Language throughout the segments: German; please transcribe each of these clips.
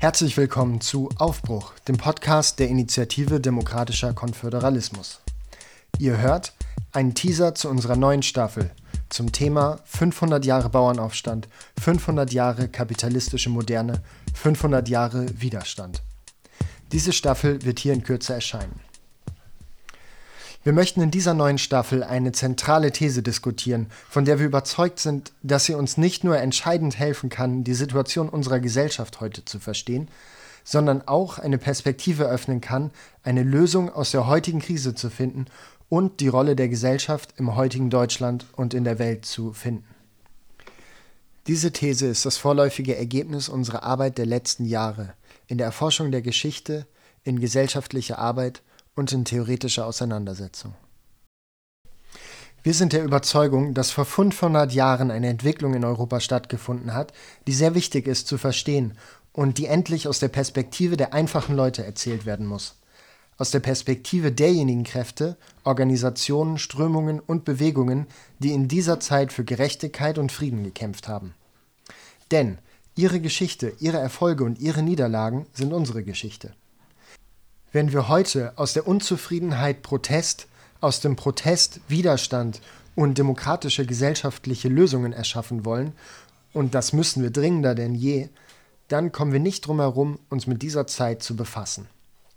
Herzlich willkommen zu Aufbruch, dem Podcast der Initiative Demokratischer Konföderalismus. Ihr hört einen Teaser zu unserer neuen Staffel zum Thema 500 Jahre Bauernaufstand, 500 Jahre kapitalistische Moderne, 500 Jahre Widerstand. Diese Staffel wird hier in Kürze erscheinen. Wir möchten in dieser neuen Staffel eine zentrale These diskutieren, von der wir überzeugt sind, dass sie uns nicht nur entscheidend helfen kann, die Situation unserer Gesellschaft heute zu verstehen, sondern auch eine Perspektive öffnen kann, eine Lösung aus der heutigen Krise zu finden und die Rolle der Gesellschaft im heutigen Deutschland und in der Welt zu finden. Diese These ist das vorläufige Ergebnis unserer Arbeit der letzten Jahre in der Erforschung der Geschichte, in gesellschaftlicher Arbeit und in theoretischer Auseinandersetzung. Wir sind der Überzeugung, dass vor 500 Jahren eine Entwicklung in Europa stattgefunden hat, die sehr wichtig ist zu verstehen und die endlich aus der Perspektive der einfachen Leute erzählt werden muss. Aus der Perspektive derjenigen Kräfte, Organisationen, Strömungen und Bewegungen, die in dieser Zeit für Gerechtigkeit und Frieden gekämpft haben. Denn ihre Geschichte, ihre Erfolge und ihre Niederlagen sind unsere Geschichte. Wenn wir heute aus der Unzufriedenheit Protest, aus dem Protest Widerstand und demokratische gesellschaftliche Lösungen erschaffen wollen, und das müssen wir dringender denn je, dann kommen wir nicht drum herum, uns mit dieser Zeit zu befassen.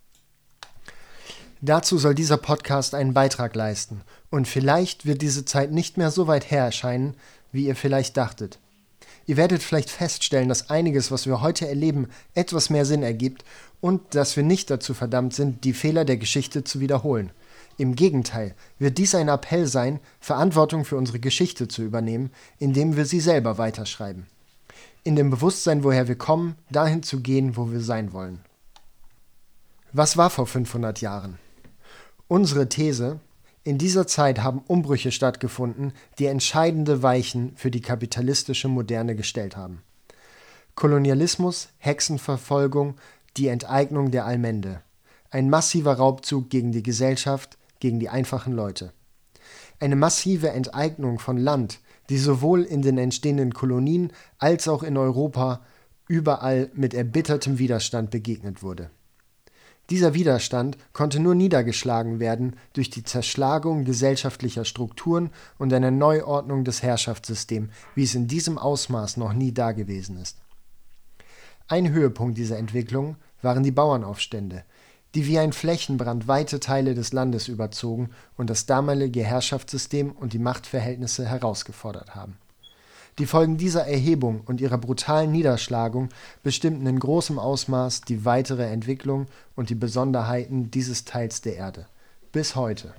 Dazu soll dieser Podcast einen Beitrag leisten, und vielleicht wird diese Zeit nicht mehr so weit her erscheinen, wie ihr vielleicht dachtet. Ihr werdet vielleicht feststellen, dass einiges, was wir heute erleben, etwas mehr Sinn ergibt und dass wir nicht dazu verdammt sind, die Fehler der Geschichte zu wiederholen. Im Gegenteil, wird dies ein Appell sein, Verantwortung für unsere Geschichte zu übernehmen, indem wir sie selber weiterschreiben. In dem Bewusstsein, woher wir kommen, dahin zu gehen, wo wir sein wollen. Was war vor 500 Jahren? Unsere These: In dieser Zeit haben Umbrüche stattgefunden, die entscheidende Weichen für die kapitalistische Moderne gestellt haben. Kolonialismus, Hexenverfolgung, die Enteignung der Allmende. Ein massiver Raubzug gegen die Gesellschaft, gegen die einfachen Leute. Eine massive Enteignung von Land, die sowohl in den entstehenden Kolonien als auch in Europa überall mit erbittertem Widerstand begegnet wurde. Dieser Widerstand konnte nur niedergeschlagen werden durch die Zerschlagung gesellschaftlicher Strukturen und eine Neuordnung des Herrschaftssystems, wie es in diesem Ausmaß noch nie dagewesen ist. Ein Höhepunkt dieser Entwicklung waren die Bauernaufstände, die wie ein Flächenbrand weite Teile des Landes überzogen und das damalige Herrschaftssystem und die Machtverhältnisse herausgefordert haben. Die Folgen dieser Erhebung und ihrer brutalen Niederschlagung bestimmten in großem Ausmaß die weitere Entwicklung und die Besonderheiten dieses Teils der Erde. Bis heute.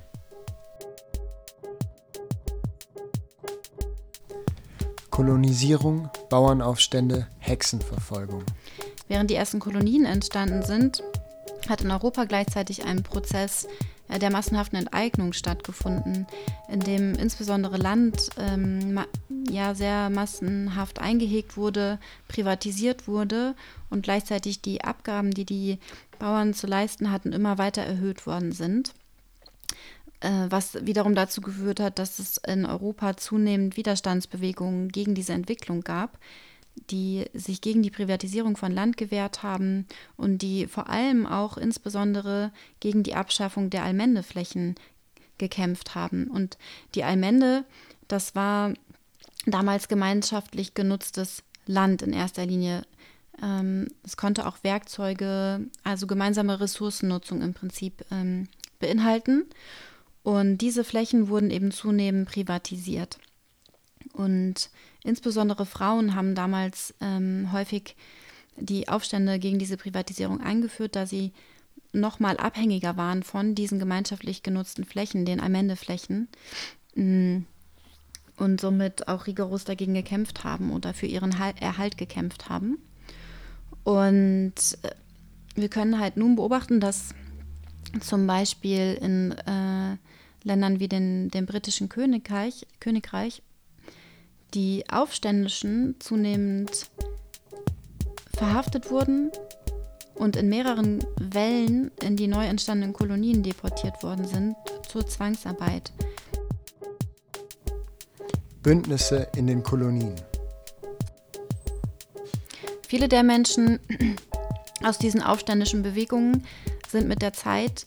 Kolonisierung, Bauernaufstände, Hexenverfolgung. Während die ersten Kolonien entstanden sind, hat in Europa gleichzeitig ein Prozess der massenhaften Enteignung stattgefunden, in dem insbesondere Land sehr massenhaft eingehegt wurde, privatisiert wurde und gleichzeitig die Abgaben, die die Bauern zu leisten hatten, immer weiter erhöht worden sind. Was wiederum dazu geführt hat, dass es in Europa zunehmend Widerstandsbewegungen gegen diese Entwicklung gab, die sich gegen die Privatisierung von Land gewehrt haben und die vor allem auch insbesondere gegen die Abschaffung der Allmendeflächen gekämpft haben. Und die Allmende, das war damals gemeinschaftlich genutztes Land in erster Linie. Es konnte auch Werkzeuge, also gemeinsame Ressourcennutzung im Prinzip beinhalten. Und diese Flächen wurden eben zunehmend privatisiert. Und insbesondere Frauen haben damals häufig die Aufstände gegen diese Privatisierung eingeführt, da sie noch mal abhängiger waren von diesen gemeinschaftlich genutzten Flächen, den Allmendeflächen, und somit auch rigoros dagegen gekämpft haben oder für ihren Erhalt gekämpft haben. Und wir können halt nun beobachten, dass zum Beispiel in Ländern wie dem britischen Königreich die Aufständischen zunehmend verhaftet wurden und in mehreren Wellen in die neu entstandenen Kolonien deportiert worden sind zur Zwangsarbeit. Bündnisse in den Kolonien. Viele der Menschen, aus diesen aufständischen Bewegungen sind mit der Zeit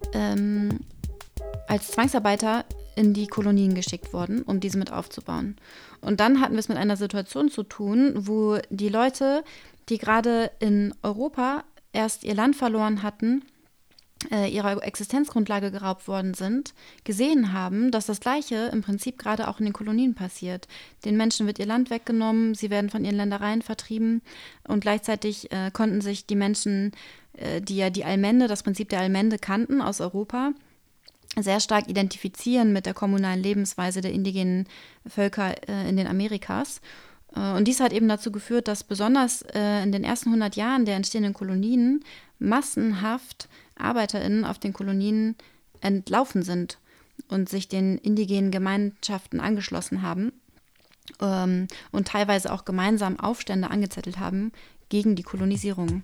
als Zwangsarbeiter in die Kolonien geschickt worden, um diese mit aufzubauen. Und dann hatten wir es mit einer Situation zu tun, wo die Leute, die gerade in Europa erst ihr Land verloren hatten, ihrer Existenzgrundlage geraubt worden sind, gesehen haben, dass das Gleiche im Prinzip gerade auch in den Kolonien passiert. Den Menschen wird ihr Land weggenommen, sie werden von ihren Ländereien vertrieben und gleichzeitig konnten sich die Menschen, die ja die Allmende, das Prinzip der Allmende kannten aus Europa, sehr stark identifizieren mit der kommunalen Lebensweise der indigenen Völker in den Amerikas. Und dies hat eben dazu geführt, dass besonders in den ersten 100 Jahren der entstehenden Kolonien massenhaft ArbeiterInnen auf den Kolonien entlaufen sind und sich den indigenen Gemeinschaften angeschlossen haben und teilweise auch gemeinsam Aufstände angezettelt haben gegen die Kolonisierung.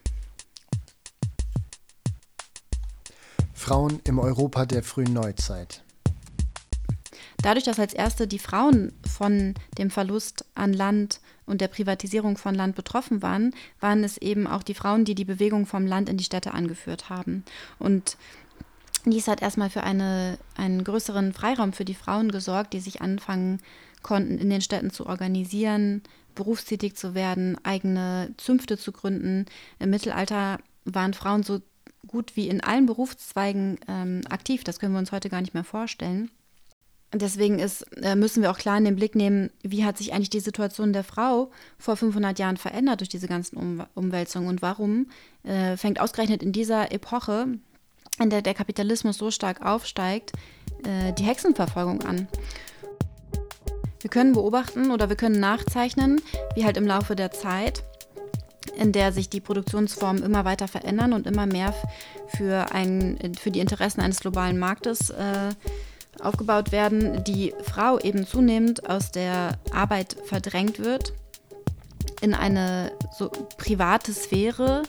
Frauen im Europa der frühen Neuzeit. Dadurch, dass als erste die Frauen von dem Verlust an Land und der Privatisierung von Land betroffen waren, waren es eben auch die Frauen, die die Bewegung vom Land in die Städte angeführt haben. Und dies hat erstmal für einen größeren Freiraum für die Frauen gesorgt, die sich anfangen konnten, in den Städten zu organisieren, berufstätig zu werden, eigene Zünfte zu gründen. Im Mittelalter waren Frauen so gut wie in allen Berufszweigen aktiv. Das können wir uns heute gar nicht mehr vorstellen. Deswegen müssen wir auch klar in den Blick nehmen, wie hat sich eigentlich die Situation der Frau vor 500 Jahren verändert durch diese ganzen Umwälzungen und warum fängt ausgerechnet in dieser Epoche, in der der Kapitalismus so stark aufsteigt, die Hexenverfolgung an. Wir können beobachten oder wir können nachzeichnen, wie halt im Laufe der Zeit, in der sich die Produktionsformen immer weiter verändern und immer mehr für die Interessen eines globalen Marktes aufgebaut werden, die Frau eben zunehmend aus der Arbeit verdrängt wird in eine so private Sphäre,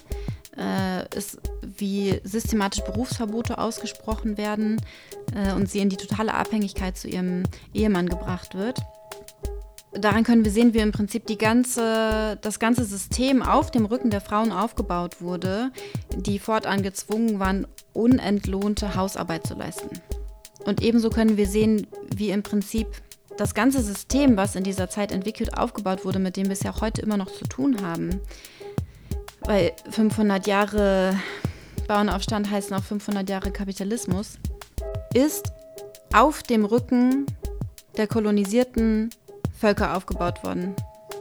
wie systematisch Berufsverbote ausgesprochen werden und sie in die totale Abhängigkeit zu ihrem Ehemann gebracht wird. Daran können wir sehen, wie im Prinzip das ganze System auf dem Rücken der Frauen aufgebaut wurde, die fortan gezwungen waren, unentlohnte Hausarbeit zu leisten. Und ebenso können wir sehen, wie im Prinzip das ganze System, was in dieser Zeit entwickelt, aufgebaut wurde, mit dem wir es ja auch heute immer noch zu tun haben. Weil 500 Jahre Bauernaufstand heißen auch 500 Jahre Kapitalismus, ist auf dem Rücken der kolonisierten Völker aufgebaut worden.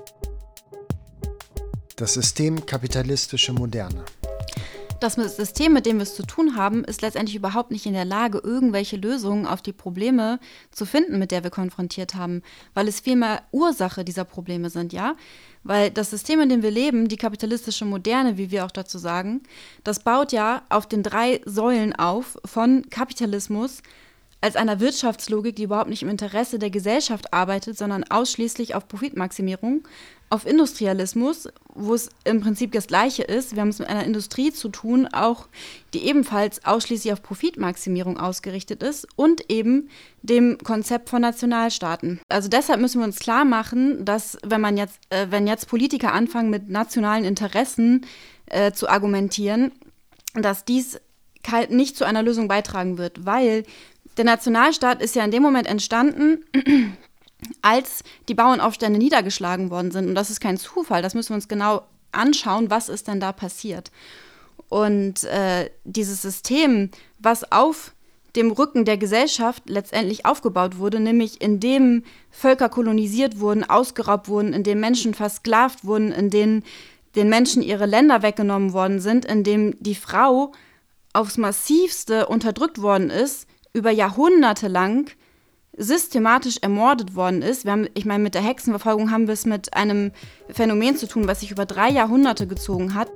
Das System kapitalistische Moderne. Das System, mit dem wir es zu tun haben, ist letztendlich überhaupt nicht in der Lage, irgendwelche Lösungen auf die Probleme zu finden, mit der wir konfrontiert haben, weil es vielmehr Ursache dieser Probleme sind, ja? Weil das System, in dem wir leben, die kapitalistische Moderne, wie wir auch dazu sagen, das baut ja auf den 3 Säulen auf von Kapitalismus als einer Wirtschaftslogik, die überhaupt nicht im Interesse der Gesellschaft arbeitet, sondern ausschließlich auf Profitmaximierung, auf Industrialismus, wo es im Prinzip das Gleiche ist. Wir haben es mit einer Industrie zu tun, auch die ebenfalls ausschließlich auf Profitmaximierung ausgerichtet ist und eben dem Konzept von Nationalstaaten. Also deshalb müssen wir uns klar machen, dass wenn jetzt Politiker anfangen, mit nationalen Interessen zu argumentieren, dass dies nicht zu einer Lösung beitragen wird, weil der Nationalstaat ist ja in dem Moment entstanden, als die Bauernaufstände niedergeschlagen worden sind. Und das ist kein Zufall, das müssen wir uns genau anschauen, was ist denn da passiert. Und dieses System, was auf dem Rücken der Gesellschaft letztendlich aufgebaut wurde, nämlich indem Völker kolonisiert wurden, ausgeraubt wurden, in denen Menschen versklavt wurden, in denen den Menschen ihre Länder weggenommen worden sind, in dem die Frau aufs Massivste unterdrückt worden ist, über Jahrhunderte lang systematisch ermordet worden ist. Mit der Hexenverfolgung haben wir es mit einem Phänomen zu tun, was sich über 3 Jahrhunderte gezogen hat.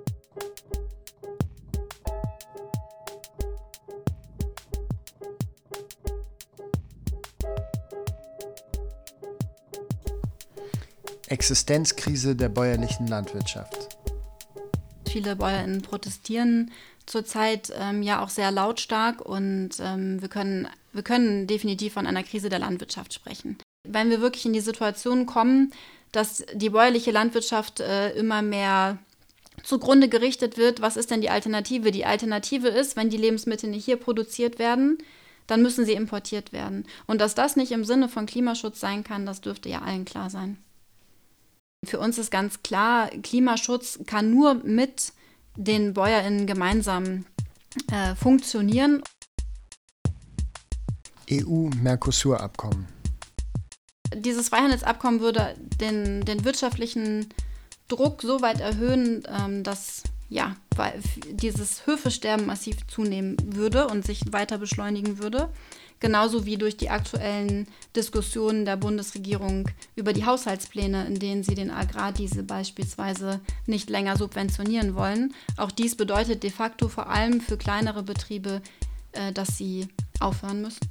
Existenzkrise der bäuerlichen Landwirtschaft. Viele BäuerInnen protestieren zurzeit ja auch sehr lautstark und wir können definitiv von einer Krise der Landwirtschaft sprechen. Wenn wir wirklich in die Situation kommen, dass die bäuerliche Landwirtschaft immer mehr zugrunde gerichtet wird, was ist denn die Alternative? Die Alternative ist, wenn die Lebensmittel nicht hier produziert werden, dann müssen sie importiert werden. Und dass das nicht im Sinne von Klimaschutz sein kann, das dürfte ja allen klar sein. Für uns ist ganz klar, Klimaschutz kann nur mit den BäuerInnen gemeinsam funktionieren. EU-Mercosur-Abkommen. Dieses Freihandelsabkommen würde den wirtschaftlichen Druck so weit erhöhen, dass weil dieses Höfesterben massiv zunehmen würde und sich weiter beschleunigen würde. Genauso wie durch die aktuellen Diskussionen der Bundesregierung über die Haushaltspläne, in denen sie den Agrardiesel beispielsweise nicht länger subventionieren wollen. Auch dies bedeutet de facto vor allem für kleinere Betriebe, dass sie aufhören müssen.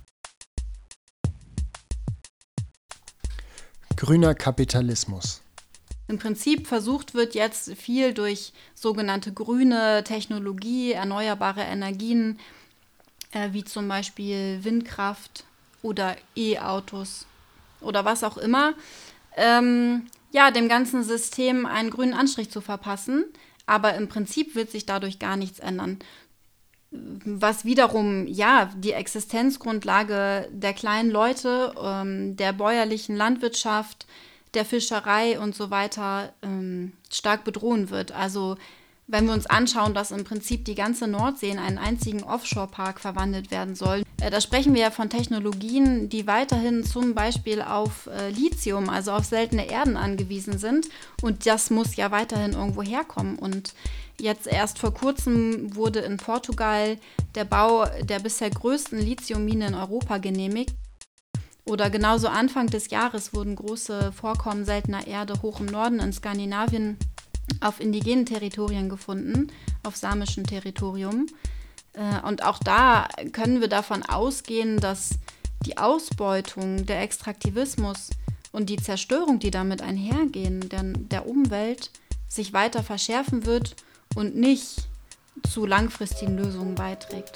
Grüner Kapitalismus. Im Prinzip versucht wird jetzt viel durch sogenannte grüne Technologie, erneuerbare Energien, wie zum Beispiel Windkraft oder E-Autos oder was auch immer, dem ganzen System einen grünen Anstrich zu verpassen. Aber im Prinzip wird sich dadurch gar nichts ändern. Was wiederum, die Existenzgrundlage der kleinen Leute, der bäuerlichen Landwirtschaft, der Fischerei und so weiter stark bedrohen wird. Also wenn wir uns anschauen, dass im Prinzip die ganze Nordsee in einen einzigen Offshore-Park verwandelt werden soll, da sprechen wir ja von Technologien, die weiterhin zum Beispiel auf Lithium, also auf seltene Erden angewiesen sind. Und das muss ja weiterhin irgendwo herkommen. Und jetzt erst vor kurzem wurde in Portugal der Bau der bisher größten Lithiummine in Europa genehmigt. Oder genauso Anfang des Jahres wurden große Vorkommen seltener Erde hoch im Norden in Skandinavien auf indigenen Territorien gefunden, auf samischem Territorium. Und auch da können wir davon ausgehen, dass die Ausbeutung, der Extraktivismus und die Zerstörung, die damit einhergehen, der Umwelt, sich weiter verschärfen wird und nicht zu langfristigen Lösungen beiträgt.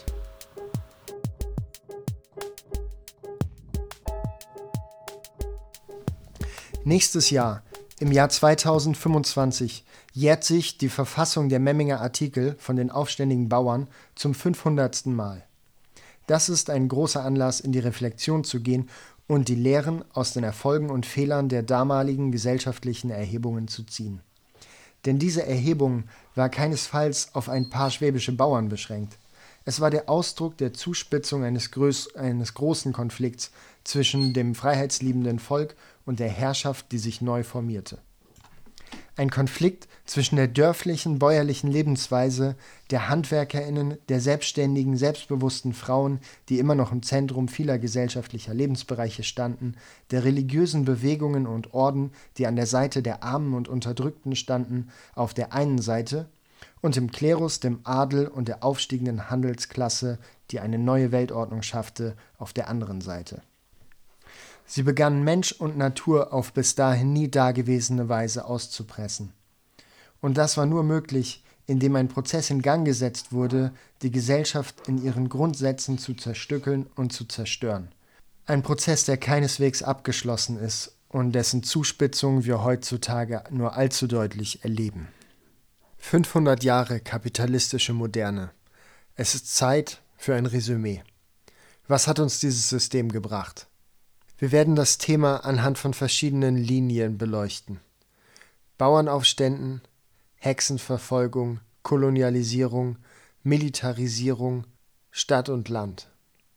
Nächstes Jahr, im Jahr 2025, jährt sich die Verfassung der Memminger Artikel von den aufständigen Bauern zum 500. Mal. Das ist ein großer Anlass, in die Reflexion zu gehen und die Lehren aus den Erfolgen und Fehlern der damaligen gesellschaftlichen Erhebungen zu ziehen. Denn diese Erhebung war keinesfalls auf ein paar schwäbische Bauern beschränkt. Es war der Ausdruck der Zuspitzung eines großen Konflikts zwischen dem freiheitsliebenden Volk und der Herrschaft, die sich neu formierte. Ein Konflikt zwischen der dörflichen, bäuerlichen Lebensweise, der HandwerkerInnen, der selbstständigen, selbstbewussten Frauen, die immer noch im Zentrum vieler gesellschaftlicher Lebensbereiche standen, der religiösen Bewegungen und Orden, die an der Seite der Armen und Unterdrückten standen, auf der einen Seite, und dem Klerus, dem Adel und der aufstiegenden Handelsklasse, die eine neue Weltordnung schaffte, auf der anderen Seite. Sie begannen Mensch und Natur auf bis dahin nie dagewesene Weise auszupressen. Und das war nur möglich, indem ein Prozess in Gang gesetzt wurde, die Gesellschaft in ihren Grundsätzen zu zerstückeln und zu zerstören. Ein Prozess, der keineswegs abgeschlossen ist und dessen Zuspitzung wir heutzutage nur allzu deutlich erleben. 500 Jahre kapitalistische Moderne. Es ist Zeit für ein Resümee. Was hat uns dieses System gebracht? Wir werden das Thema anhand von verschiedenen Linien beleuchten. Bauernaufständen, Hexenverfolgung, Kolonialisierung, Militarisierung, Stadt und Land.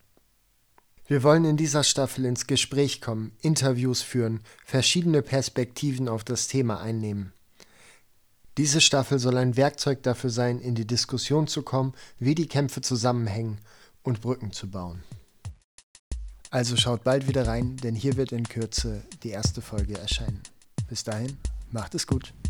Wir wollen in dieser Staffel ins Gespräch kommen, Interviews führen, verschiedene Perspektiven auf das Thema einnehmen. Diese Staffel soll ein Werkzeug dafür sein, in die Diskussion zu kommen, wie die Kämpfe zusammenhängen und Brücken zu bauen. Also schaut bald wieder rein, denn hier wird in Kürze die erste Folge erscheinen. Bis dahin, macht es gut.